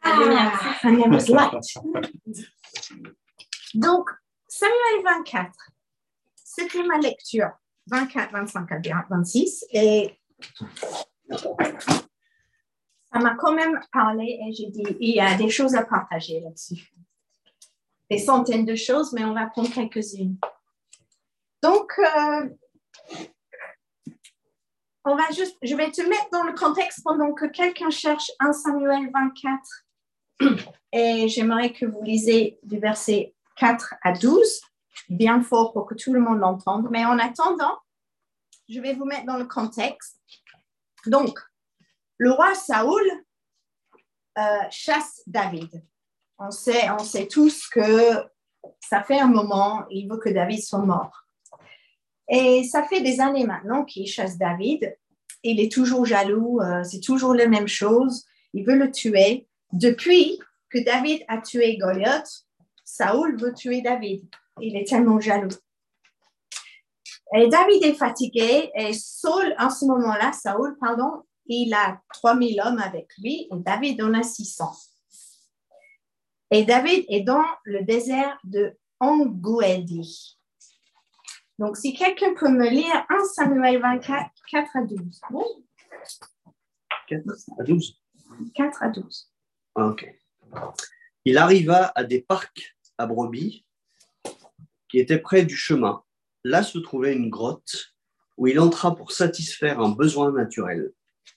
her name was Light. Donc, Samuel 24, c'était ma lecture. 24, 25, 26. Et ça m'a quand même parlé et j'ai dit, il y a des choses à partager là-dessus. Des centaines de choses, mais on va prendre quelques-unes. Donc, je vais te mettre dans le contexte pendant que quelqu'un cherche 1 Samuel 24 et j'aimerais que vous lisez du verset 4 à 12, bien fort pour que tout le monde l'entende. Mais en attendant, je vais vous mettre dans le contexte. Donc, le roi Saoul chasse David. On sait tous que ça fait un moment, il veut que David soit mort. Et ça fait des années maintenant qu'il chasse David. Il est toujours jaloux, c'est toujours la même chose. Il veut le tuer. Depuis que David a tué Goliath, Saoul veut tuer David. Il est tellement jaloux. Et David est fatigué et Saul, en ce moment-là, Saoul, il a 3000 hommes avec lui et David en a 600. Et David est dans le désert de Engedi. Donc, si quelqu'un peut me lire 1 Samuel 24, 4 à 12. Bon. 4 à 12 4 à 12. Ok. Il arriva à des parcs à brebis qui étaient près du chemin. Là se trouvait une grotte où il entra pour satisfaire un besoin naturel.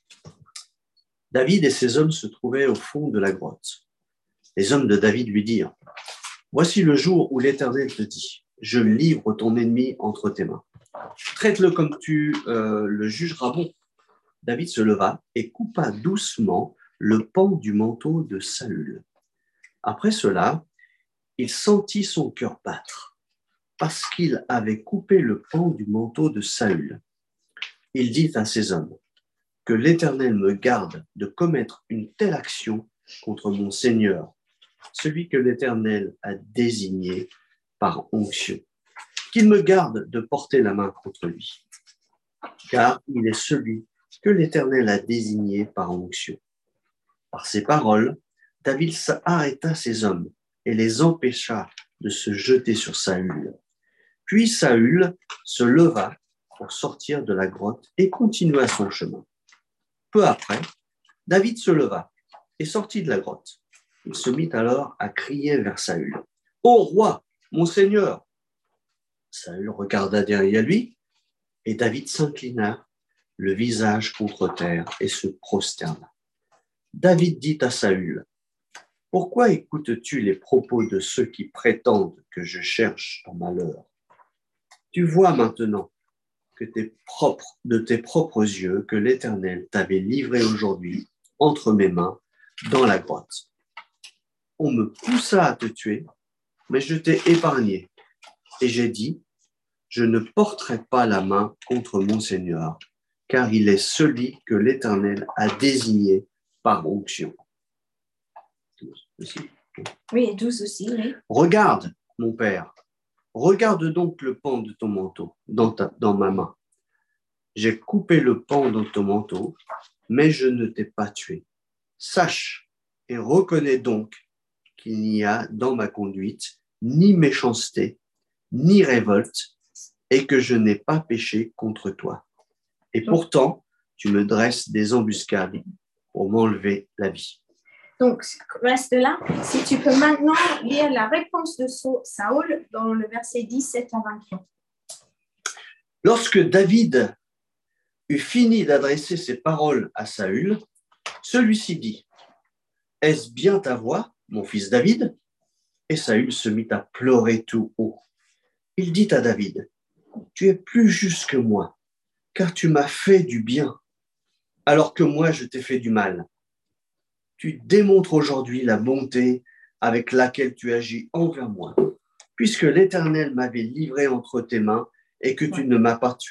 David et ses hommes se trouvaient au fond de la grotte. Les hommes de David lui dirent : « Voici le jour où l'Éternel te dit : je livre ton ennemi entre tes mains. Traite-le comme tu le jugeras bon. » David se leva et coupa doucement le pan du manteau de Saül. Après cela, il sentit son cœur battre, parce qu'il avait coupé le pan du manteau de Saül. Il dit à ses hommes : « Que l'Éternel me garde de commettre une telle action contre mon Seigneur, celui que l'Éternel a désigné par onction. Qu'il me garde de porter la main contre lui, car il est celui que l'Éternel a désigné par onction. » Par ces paroles, David arrêta ses hommes et les empêcha de se jeter sur Saül. Puis Saül se leva pour sortir de la grotte et continua son chemin. Peu après, David se leva et sortit de la grotte. Il se mit alors à crier vers Saül : « Ô roi, mon Seigneur !» Saül regarda derrière lui et David s'inclina, le visage contre terre, et se prosterna. David dit à Saül : « Pourquoi écoutes-tu les propos de ceux qui prétendent que je cherche ton malheur ? Tu vois maintenant que de tes propres yeux que l'Éternel t'avait livré aujourd'hui entre mes mains dans la grotte. On me poussa à te tuer, mais je t'ai épargné. Et j'ai dit : je ne porterai pas la main contre mon Seigneur, car il est celui que l'Éternel a désigné par onction. » 12 aussi. Oui, 12 aussi, oui. Regarde, mon père, regarde donc le pan de ton manteau dans ma main. J'ai coupé le pan de ton manteau, mais je ne t'ai pas tué. Sache et reconnais donc qu'il n'y a dans ma conduite ni méchanceté, ni révolte, et que je n'ai pas péché contre toi. Et pourtant, tu me dresses des embuscades pour m'enlever la vie. Donc, reste là. Si tu peux maintenant lire la réponse de Saül dans le verset 17 à 23. Lorsque David eut fini d'adresser ses paroles à Saül, celui-ci dit : « Est-ce bien ta voix, mon fils David ? » Et Saül se mit à pleurer tout haut. Il dit à David : « Tu es plus juste que moi, car tu m'as fait du bien, alors que moi je t'ai fait du mal. Tu démontres aujourd'hui la bonté avec laquelle tu agis envers moi, puisque l'Éternel m'avait livré entre tes mains et que tu ne m'as pas tué. »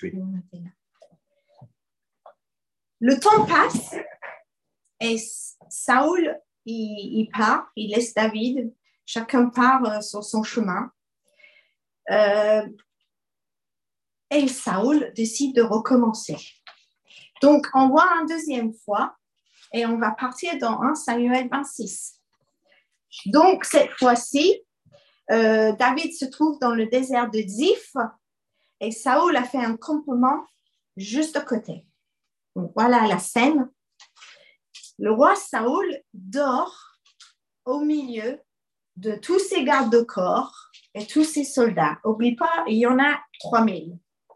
Le temps passe et Saül, il part, il laisse David, chacun part sur son chemin. Et Saül décide de recommencer. Donc, on voit une deuxième fois et on va partir dans 1 Samuel 26. Donc, cette fois-ci, David se trouve dans le désert de Ziph et Saül a fait un campement juste à côté. Donc, voilà la scène. Le roi Saül dort au milieu de tous ses gardes de corps et tous ses soldats. N'oublie pas, il y en a 3000.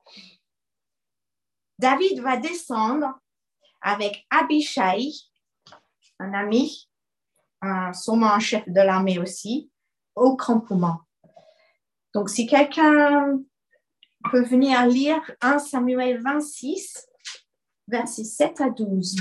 David va descendre avec Abishai, un ami, sûrement un chef de l'armée aussi, au campement. Donc, si quelqu'un peut venir lire 1 Samuel 26, versets 7 à 12.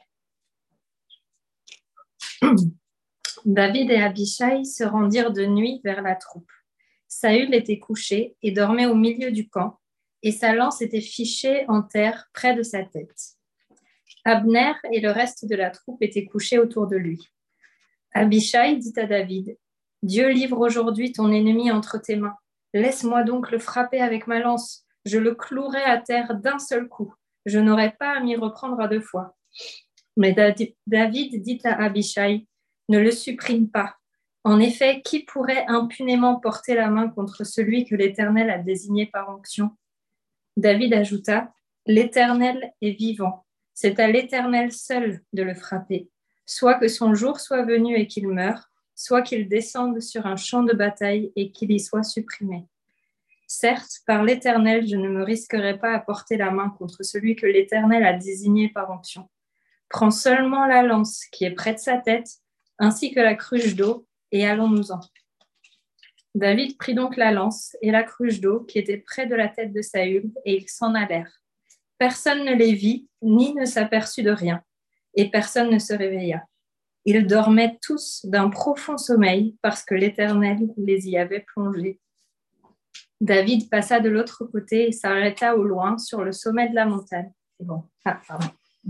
David et Abishai se rendirent de nuit vers la troupe. Saül était couché et dormait au milieu du camp, et sa lance était fichée en terre près de sa tête. Abner et le reste de la troupe étaient couchés autour de lui. Abishai dit à David, « Dieu livre aujourd'hui ton ennemi entre tes mains. Laisse-moi donc le frapper avec ma lance. Je le clouerai à terre d'un seul coup. Je n'aurai pas à m'y reprendre à 2 fois. » Mais David dit à Abishai, « Ne le supprime pas. En effet, qui pourrait impunément porter la main contre celui que l'Éternel a désigné par onction ?» David ajouta, « L'Éternel est vivant. C'est à l'Éternel seul de le frapper. Soit que son jour soit venu et qu'il meure, soit qu'il descende sur un champ de bataille et qu'il y soit supprimé. Certes, par l'Éternel, je ne me risquerai pas à porter la main contre celui que l'Éternel a désigné par onction. Prends seulement la lance qui est près de sa tête, ainsi que la cruche d'eau, et allons-nous-en. » David prit donc la lance et la cruche d'eau qui était près de la tête de Saül, et ils s'en allèrent. Personne ne les vit, ni ne s'aperçut de rien, et personne ne se réveilla. Ils dormaient tous d'un profond sommeil, parce que l'Éternel les y avait plongés. David passa de l'autre côté et s'arrêta au loin sur le sommet de la montagne. C'est bon. Ah, pardon.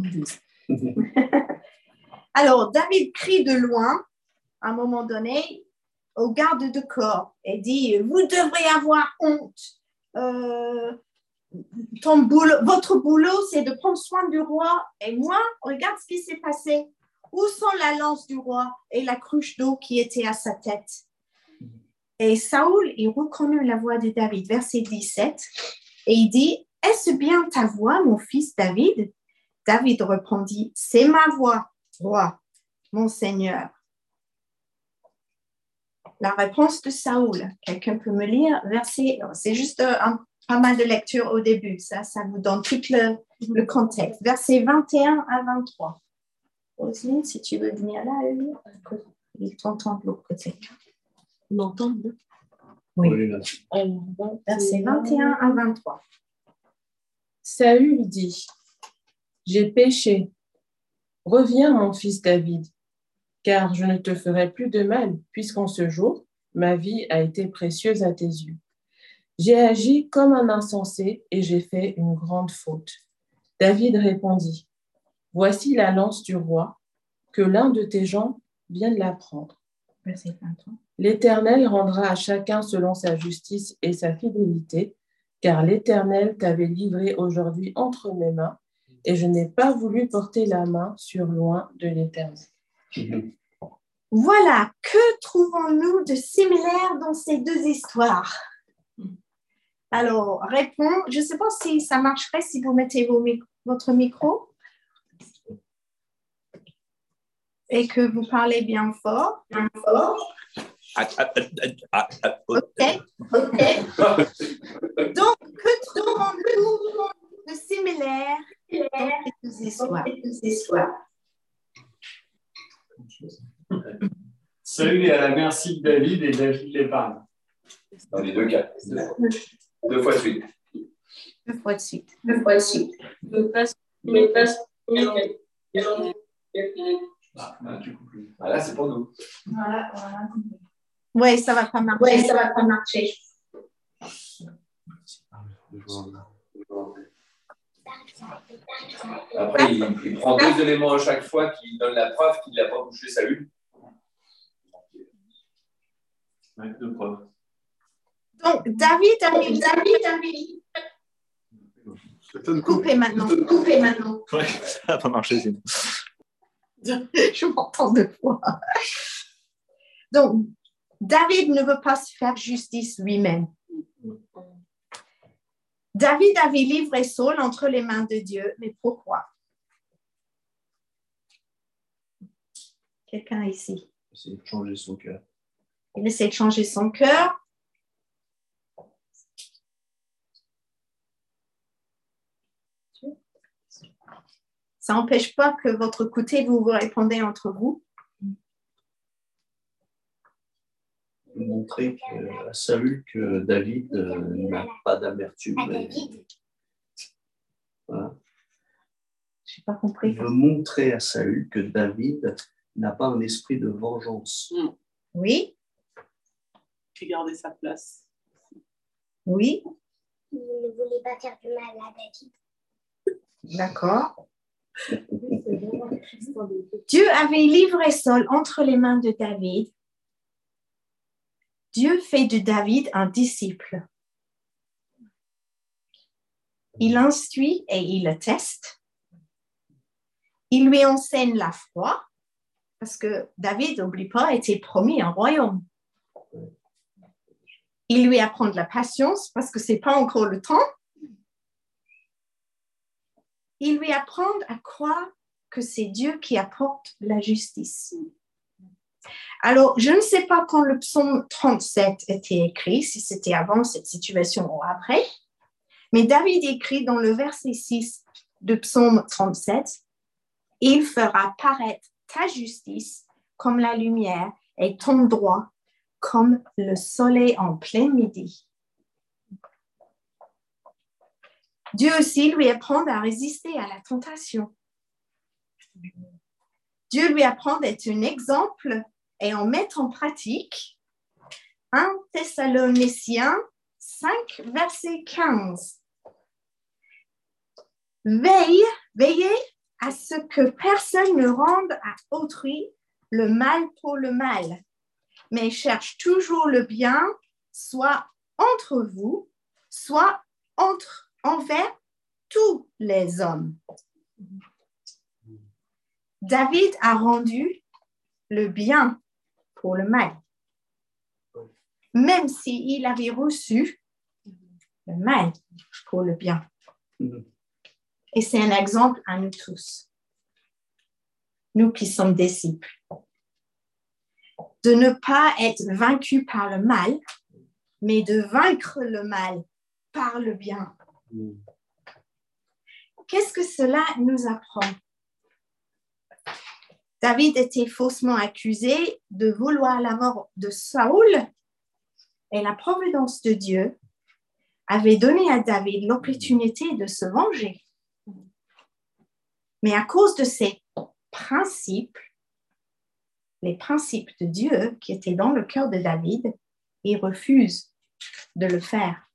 Alors, David crie de loin, à un moment donné, aux gardes de corps et dit, vous devrez avoir honte. Votre boulot, c'est de prendre soin du roi. Et moi, regarde ce qui s'est passé. Où sont la lance du roi et la cruche d'eau qui était à sa tête? Et Saül, il reconnut la voix de David, verset 17, et il dit, est-ce bien ta voix, mon fils David? David répondit, c'est ma voix, roi, mon Seigneur. La réponse de Saül, quelqu'un peut me lire? Verset, c'est juste pas mal de lecture au début, ça vous donne tout le contexte. Verset 21 à 23. Roselyne, si tu veux venir là, lire, il t'entend de l'autre côté. On entend? Oui. Verset 21 à 23. Saül dit, j'ai péché. Reviens, mon fils David, car je ne te ferai plus de mal, puisqu'en ce jour, ma vie a été précieuse à tes yeux. J'ai agi comme un insensé et j'ai fait une grande faute. David répondit, voici la lance du roi, que l'un de tes gens vienne la prendre. Verset 23. L'Éternel rendra à chacun selon sa justice et sa fidélité, car l'Éternel t'avait livré aujourd'hui entre mes mains, et je n'ai pas voulu porter la main sur loin de l'Éternel. Voilà, que trouvons-nous de similaire dans ces deux histoires? Alors, réponds, je ne sais pas si ça marcherait si vous mettez votre micro et que vous parlez bien fort. Ok. Donc, que trouvons-nous de similaire dans ces deux histoires? Saül est à la merci de David et David l'épargne. Dans les deux cas. 2 fois de suite. 2 fois de suite. Là, c'est pour nous. Voilà. Oui, ça va pas marcher. Après, il prend 2 éléments à chaque fois qui donnent la preuve qu'il n'a pas touché Saül. Ouais, 2 preuves. Donc, David. Coupez maintenant. Ouais, ça n'a pas marché sinon. Je m'entends 2 fois. Donc, David ne veut pas se faire justice lui-même. David avait livré Saul entre les mains de Dieu, mais pourquoi? Quelqu'un ici? Il essaie de changer son cœur. Il essaie de changer son cœur. Ça n'empêche pas que votre côté, vous répondez entre vous. Montrer à Saül que David n'a pas d'amertume. Voilà. Je n'ai pas compris. Il veut montrer à Saül que David n'a pas un esprit de vengeance. Oui. Puis garder sa place. Oui. Il ne voulait pas faire du mal à David. D'accord. Dieu avait livré Saul entre les mains de David. Dieu fait de David un disciple. Il l'instruit et il le teste. Il lui enseigne la foi, parce que David, n'oublie pas, était promis un royaume. Il lui apprend de la patience, parce que ce n'est pas encore le temps. Il lui apprend à croire que c'est Dieu qui apporte la justice. Alors, je ne sais pas quand le psaume 37 était écrit, si c'était avant cette situation ou après, mais David écrit dans le verset 6 de psaume 37, « Il fera paraître ta justice comme la lumière et ton droit comme le soleil en plein midi. » Dieu aussi lui apprend à résister à la tentation. Dieu lui apprend d'être un exemple et en mettre en pratique 1 Thessaloniciens 5, verset 15. Veillez à ce que personne ne rende à autrui le mal pour le mal, mais cherche toujours le bien, soit entre vous, soit envers tous les hommes. David a rendu le bien pour le mal, même s'il avait reçu le mal pour le bien. Et c'est un exemple à nous tous, nous qui sommes disciples, de ne pas être vaincus par le mal, mais de vaincre le mal par le bien. Qu'est-ce que cela nous apprend? David était faussement accusé de vouloir la mort de Saül et la providence de Dieu avait donné à David l'opportunité de se venger. Mais à cause de ces principes, les principes de Dieu qui étaient dans le cœur de David, il refuse de le faire.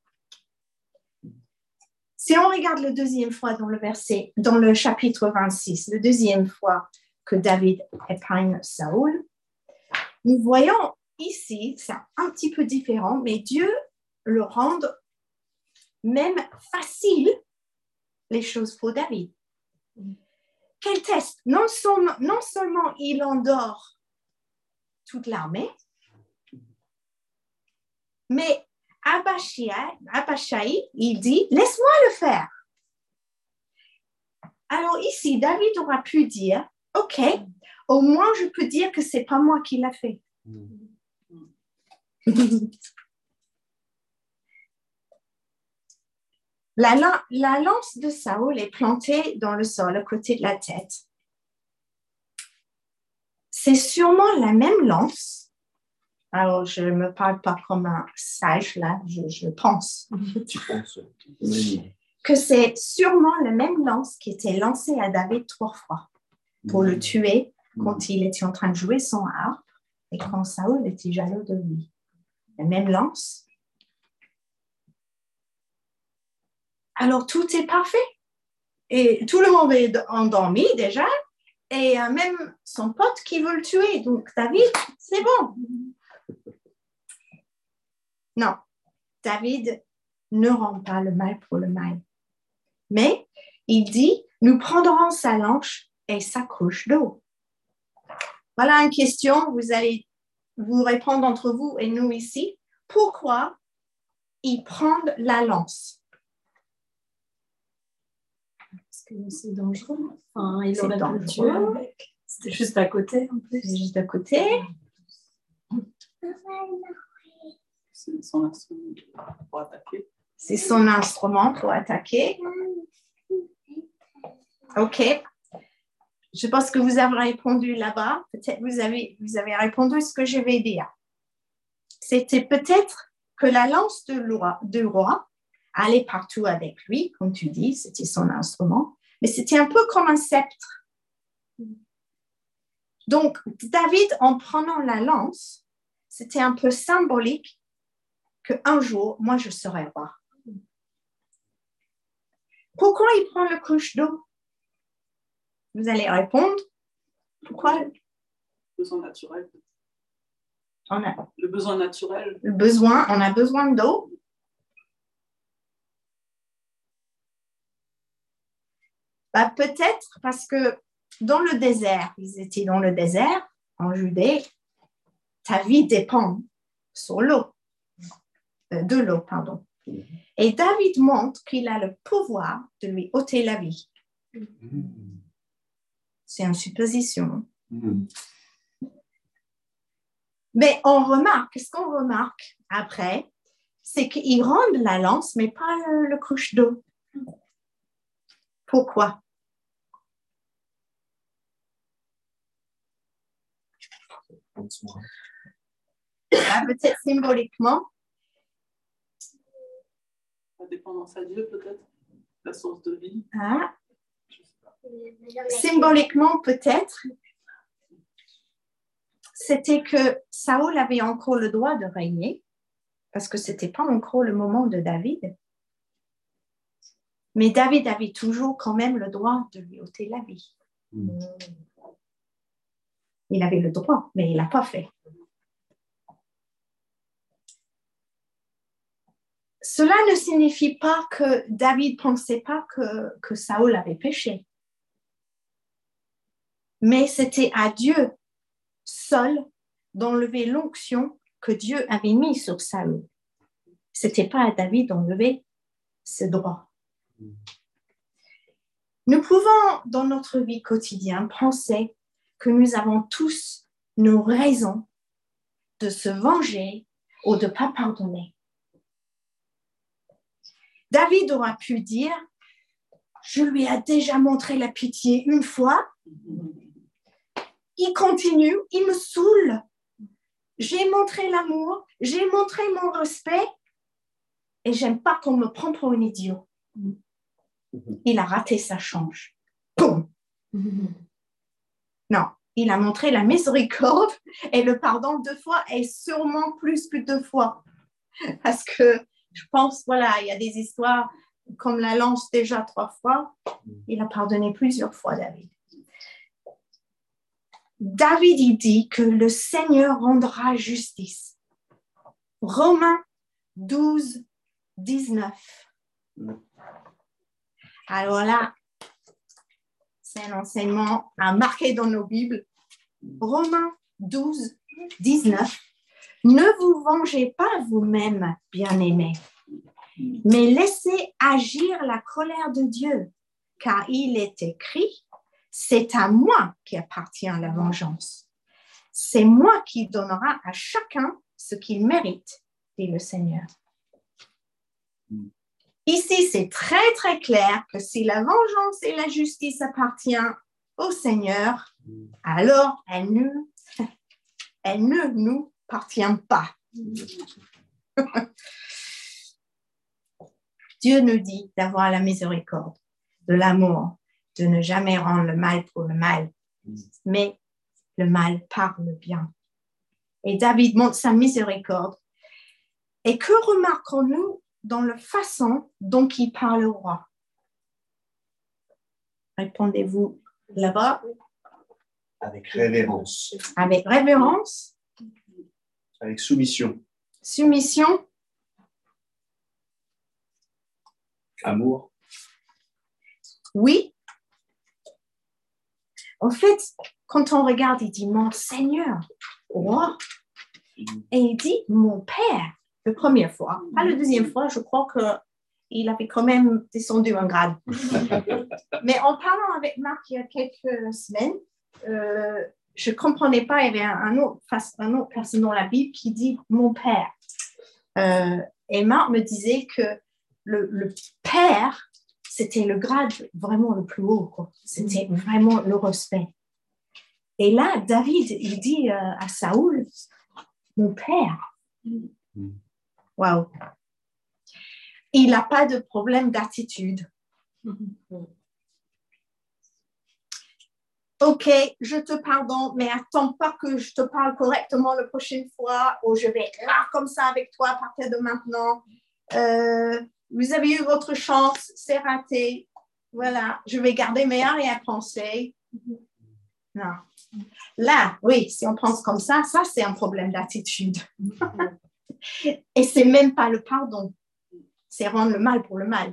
Si on regarde la deuxième fois dans le chapitre 26, la deuxième fois que David épargne Saül, nous voyons ici, c'est un petit peu différent, mais Dieu le rend même facile les choses pour David. Quel test? Non seulement il endort toute l'armée, mais Abishai, il dit, laisse-moi le faire. Alors ici, David aura pu dire, ok, au moins je peux dire que c'est pas moi qui l'a fait. La lance de Saül est plantée dans le sol à côté de la tête. C'est sûrement la même lance. Alors, je ne me parle pas comme un sage, là, je pense. Tu penses, que c'est sûrement la même lance qui était lancée à David 3 fois pour le tuer quand il était en train de jouer son harpe et quand Saül était jaloux de lui. La même lance. Alors, tout est parfait. Et tout le monde est endormi déjà. Et même son pote qui veut le tuer. Donc, David, c'est bon. Non, David ne rend pas le mal pour le mal. Mais il dit, nous prendrons sa lance et sa couche d'eau. Voilà une question, vous allez vous répondre entre vous et nous ici, pourquoi ils prennent la lance? Parce que c'est dangereux. Enfin, il C'est aurait pu le tuer dangereux. avec. C'était juste à côté, en plus. C'est juste à côté. C'est son instrument pour attaquer. C'est son instrument pour attaquer. OK. Je pense que vous avez répondu là-bas. Peut-être vous avez répondu ce que je vais dire. C'était peut-être que la lance du roi allait partout avec lui, comme tu dis, c'était son instrument, mais c'était un peu comme un sceptre. Donc, David, en prenant la lance, c'était un peu symbolique qu'un jour, moi, je serai roi. Pourquoi il prend le couche d'eau? Vous allez répondre. Pourquoi? Besoin naturel. On a Le besoin naturel. on a besoin d'eau. Bah, peut-être parce que dans le désert, ils étaient dans le désert, en Judée, ta vie dépend sur l'eau, de l'eau, pardon. Et David montre qu'il a le pouvoir de lui ôter la vie. C'est une supposition. Mais on remarque, ce qu'on remarque après, c'est qu'ils rendent la lance, mais pas le couche d'eau. Pourquoi? Peut-être symboliquement. La dépendance à Dieu, peut-être. La source de vie. Ah. Symboliquement, peut-être, c'était que Saül avait encore le droit de régner, parce que ce n'était pas encore le moment de David. Mais David avait toujours quand même le droit de lui ôter la vie. Il avait le droit, mais il ne l'a pas fait. Cela ne signifie pas que David ne pensait pas que Saül avait péché. Mais c'était à Dieu seul d'enlever l'onction que Dieu avait mise sur Saül. Ce n'était pas à David d'enlever ce droit. Nous pouvons, dans notre vie quotidienne, penser que nous avons tous nos raisons de se venger ou de ne pas pardonner. David aura pu dire, je lui ai déjà montré la pitié une fois, il continue, il me saoule. J'ai montré l'amour, j'ai montré mon respect et j'aime pas qu'on me prenne pour un idiot. Il a raté sa chance. Boum! Non, il a montré la miséricorde et le pardon 2 fois et sûrement plus que 2 fois. Parce que je pense, voilà, il y a des histoires comme la lance déjà 3 fois. Il a pardonné plusieurs fois, David. David, il dit que le Seigneur rendra justice. Romains 12, 19. Alors là, c'est un enseignement à marquer dans nos Bibles. Romains 12, 19. Ne vous vengez pas vous-même, bien-aimés, mais laissez agir la colère de Dieu, car il est écrit, c'est à moi qui appartient la vengeance. C'est moi qui donnera à chacun ce qu'il mérite, dit le Seigneur. Ici, c'est très, très clair que si la vengeance et la justice appartiennent au Seigneur, alors elle ne nous appartient pas. Dieu nous dit d'avoir la miséricorde, de l'amour, de ne jamais rendre le mal pour le mal, mais le mal par le bien. Et David montre sa miséricorde. Et que remarquons-nous dans la façon dont il parle au roi? Répondez-vous là-bas. Avec révérence. Avec révérence. Avec soumission. Soumission. Amour. Oui. En fait, quand on regarde, il dit, mon Seigneur, roi, Et il dit, mon père, la première fois. Pas la deuxième fois, je crois qu'il avait quand même descendu un grade. Mais en parlant avec Marc il y a quelques semaines, je ne comprenais pas, il y avait un autre personne dans la Bible qui dit « mon père ». Et Marc me disait que le père, c'était le grade vraiment le plus haut, quoi. C'était vraiment le respect. Et là, David, il dit à Saoul, mon père. Waouh. Il n'a pas de problème d'attitude. Ok, je te pardonne, mais attends pas que je te parle correctement la prochaine fois ou je vais être là comme ça avec toi à partir de maintenant. Vous avez eu votre chance, c'est raté. Voilà, je vais garder mes arrière-pensées. Non. Là, oui, si on pense comme ça c'est un problème d'attitude. Et c'est même pas le pardon. C'est rendre le mal pour le mal.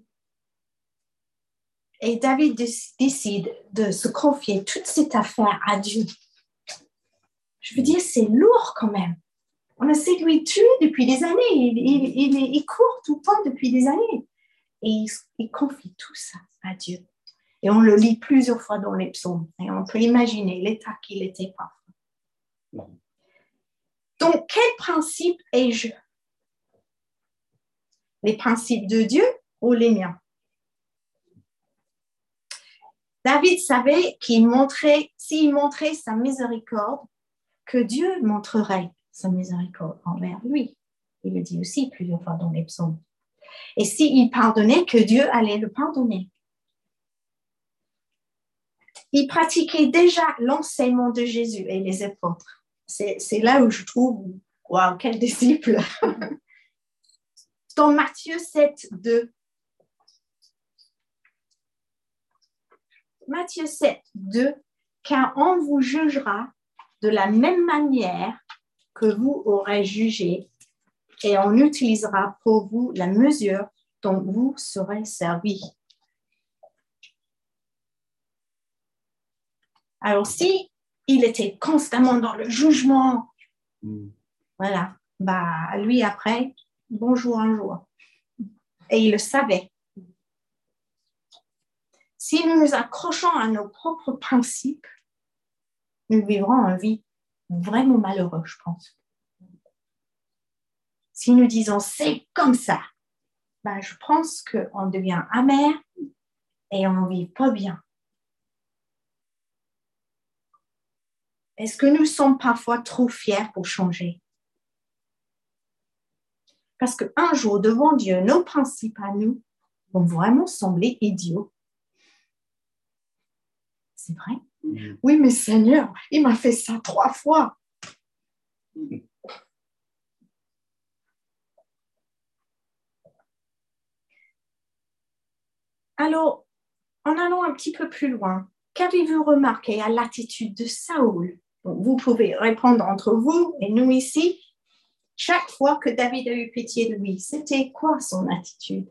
Et David décide de se confier toute cette affaire à Dieu. Je veux dire, c'est lourd quand même. On essaie de lui tuer depuis des années. Il court tout le temps depuis des années. Et il confie tout ça à Dieu. Et on le lit plusieurs fois dans les psaumes. Et on peut imaginer l'état qu'il était parfois. Donc, quel principe ai-je? Les principes de Dieu ou les miens? David savait s'il montrait sa miséricorde, que Dieu montrerait sa miséricorde envers lui. Il le dit aussi plusieurs fois dans les psaumes. Et s'il pardonnait, que Dieu allait le pardonner. Il pratiquait déjà l'enseignement de Jésus et les apôtres. C'est là où je trouve, waouh, quel disciple! Dans Matthieu 7, 2. Matthieu 7, 2, car on vous jugera de la même manière que vous aurez jugé et on utilisera pour vous la mesure dont vous serez servis. Alors, si il était constamment dans le jugement, voilà, bah, lui après, bonjour un jour. Et il le savait. Si nous nous accrochons à nos propres principes, nous vivrons une vie vraiment malheureuse, je pense. Si nous disons c'est comme ça, ben, je pense qu'on devient amer et on ne vit pas bien. Est-ce que nous sommes parfois trop fiers pour changer? Parce qu'un jour, devant Dieu, nos principes à nous vont vraiment sembler idiots. C'est vrai? Oui, mais Seigneur, il m'a fait ça 3 fois. Alors, en allant un petit peu plus loin, qu'avez-vous remarqué à l'attitude de Saoul? Donc, vous pouvez répondre entre vous et nous ici. Chaque fois que David a eu pitié de lui, c'était quoi son attitude?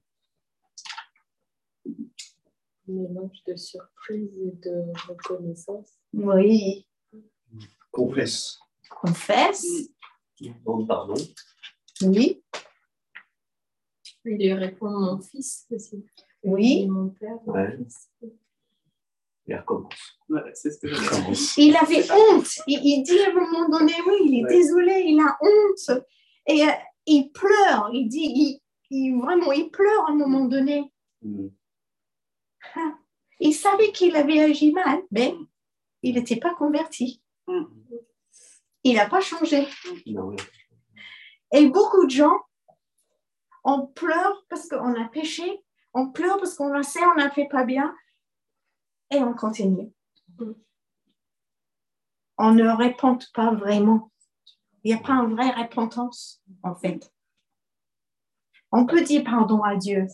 Un mélange de surprise et de reconnaissance. Oui. Confesse. Confesse. Demande pardon. Oui. Il lui répond mon fils aussi. Oui. Mon père, mon fils. Il recommence. Ouais, c'est ce que je commence. Il avait honte. Il dit à un moment donné, oui, il est désolé, il a honte. Et il pleure. Il dit, vraiment, il pleure à un moment donné. Il savait qu'il avait agi mal, mais il n'était pas converti. Il n'a pas changé. Non. Et beaucoup de gens, on pleure parce qu'on a péché, on pleure parce qu'on le sait, on n'a fait pas bien, et on continue. On ne répond pas vraiment. Il n'y a pas une vraie repentance, en fait. On peut dire pardon à Dieu.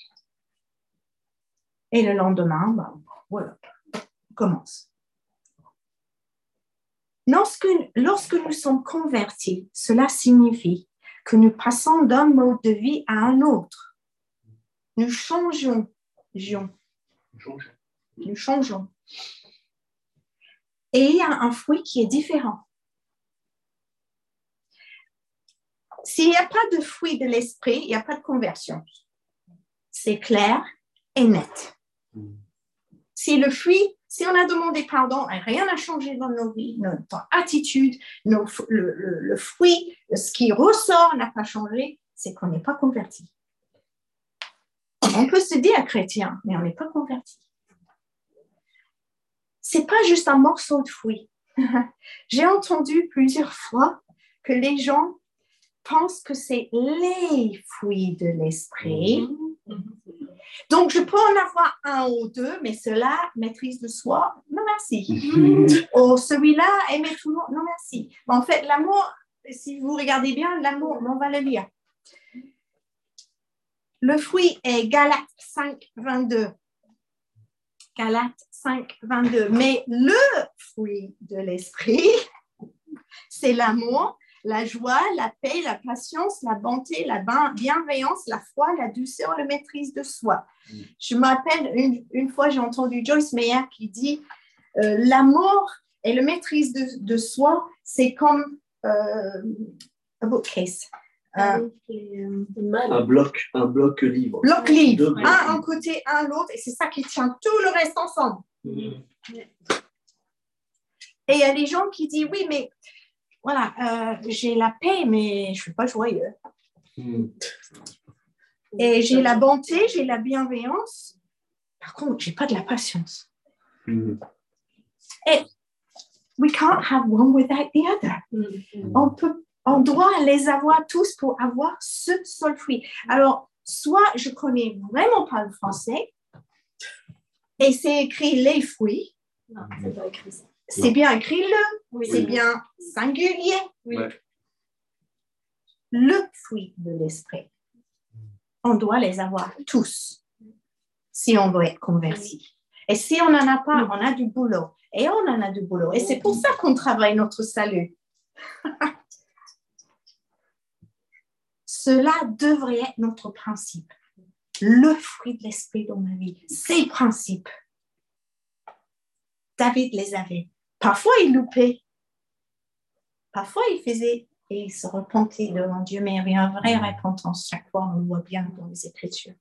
Et le lendemain, ben, voilà, on commence. Lorsque nous sommes convertis, cela signifie que nous passons d'un mode de vie à un autre. Nous changeons. Nous changeons. Et il y a un fruit qui est différent. S'il n'y a pas de fruit de l'esprit, il n'y a pas de conversion. C'est clair et net. Si on a demandé pardon et rien n'a changé dans nos vies, notre attitude, le fruit, ce qui ressort n'a pas changé, c'est qu'on n'est pas converti. On peut se dire chrétien, mais on n'est pas converti. C'est pas juste un morceau de fruit. J'ai entendu plusieurs fois que les gens pensent que c'est les fruits de l'esprit. Donc, je peux en avoir un ou deux, mais cela, maîtrise de soi, non merci. Ou celui-là, aimer tout le monde, non merci. Mais en fait, l'amour, si vous regardez bien, l'amour, on va le lire. Le fruit est Galates 5, 22. Galates 5, 22. Mais le fruit de l'esprit, c'est l'amour, la joie, la paix, la patience, la bonté, la bienveillance, la foi, la douceur, la maîtrise de soi. Je m'appelle, une fois, j'ai entendu Joyce Meyer qui dit l'amour et la maîtrise de soi, c'est comme un bookcase. Un bloc livre. Bloc livre. Un en côté, un l'autre, et c'est ça qui tient tout le reste ensemble. Et il y a des gens qui disent, oui, mais voilà, j'ai la paix, mais je ne suis pas joyeux. Et j'ai la bonté, j'ai la bienveillance. Par contre, je n'ai pas de la patience. Et we can't have one without the other. On doit les avoir tous pour avoir ce seul fruit. Alors, soit je ne connais vraiment pas le français, et c'est écrit les fruits. Non, c'est pas écrit ça. C'est bien écrit c'est bien singulier. Ouais. Le fruit de l'esprit. On doit les avoir tous si on veut être converti. Et si on n'en a pas, on a du boulot. Et on en a du boulot. Et c'est pour ça qu'on travaille notre salut. Cela devrait être notre principe. Le fruit de l'esprit dans ma vie. Ces principes. David les avait. Parfois, il loupait. Parfois, il faisait et il se repentait devant Dieu, mais il y avait une vraie repentance chaque fois, on le voit bien dans les Écritures.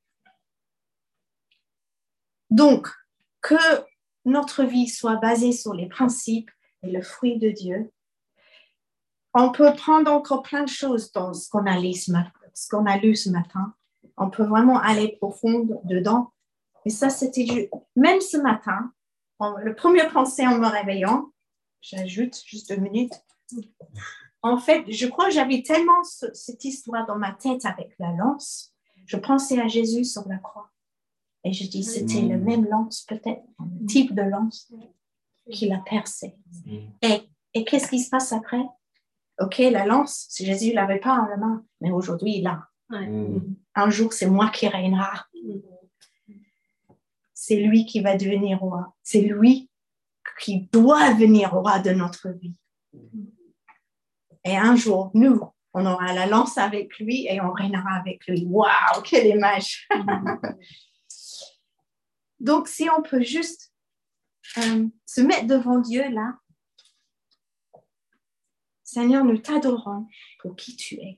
Donc, que notre vie soit basée sur les principes et le fruit de Dieu. On peut prendre encore plein de choses dans ce qu'on a lu ce matin. On peut vraiment aller profond dedans. Et ça, c'était juste... Même ce matin, le premier pensée en me réveillant, j'ajoute juste 2 minutes. En fait, je crois que j'avais tellement cette histoire dans ma tête avec la lance. Je pensais à Jésus sur la croix. Et je dis, c'était le même lance, peut-être, le type de lance qu'il a percé. Et qu'est-ce qui se passe après? Ok, la lance, Jésus ne l'avait pas en la main, mais aujourd'hui, il l'a. Un jour, c'est moi qui régnera. C'est lui qui va devenir roi. C'est lui qui doit devenir roi de notre vie. Et un jour, nous, on aura la lance avec lui et on régnera avec lui. Waouh, quelle image! Donc, si on peut juste se mettre devant Dieu là, Seigneur, nous t'adorons pour qui tu es,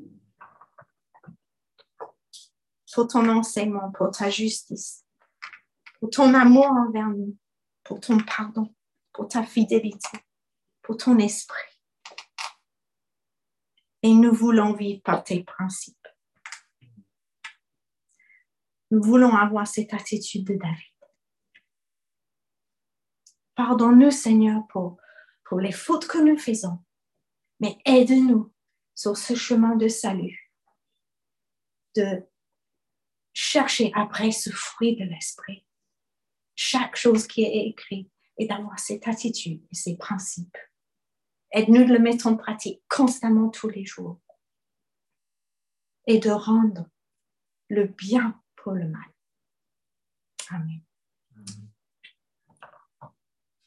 pour ton enseignement, pour ta justice, pour ton amour envers nous, pour ton pardon, pour ta fidélité, pour ton esprit. Et nous voulons vivre par tes principes. Nous voulons avoir cette attitude de David. Pardonne-nous, Seigneur, pour les fautes que nous faisons, mais aide-nous sur ce chemin de salut, de chercher après ce fruit de l'esprit, chaque chose qui est écrite, et d'avoir cette attitude et ces principes. Aide-nous de le mettre en pratique constamment tous les jours et de rendre le bien pour le mal. Amen.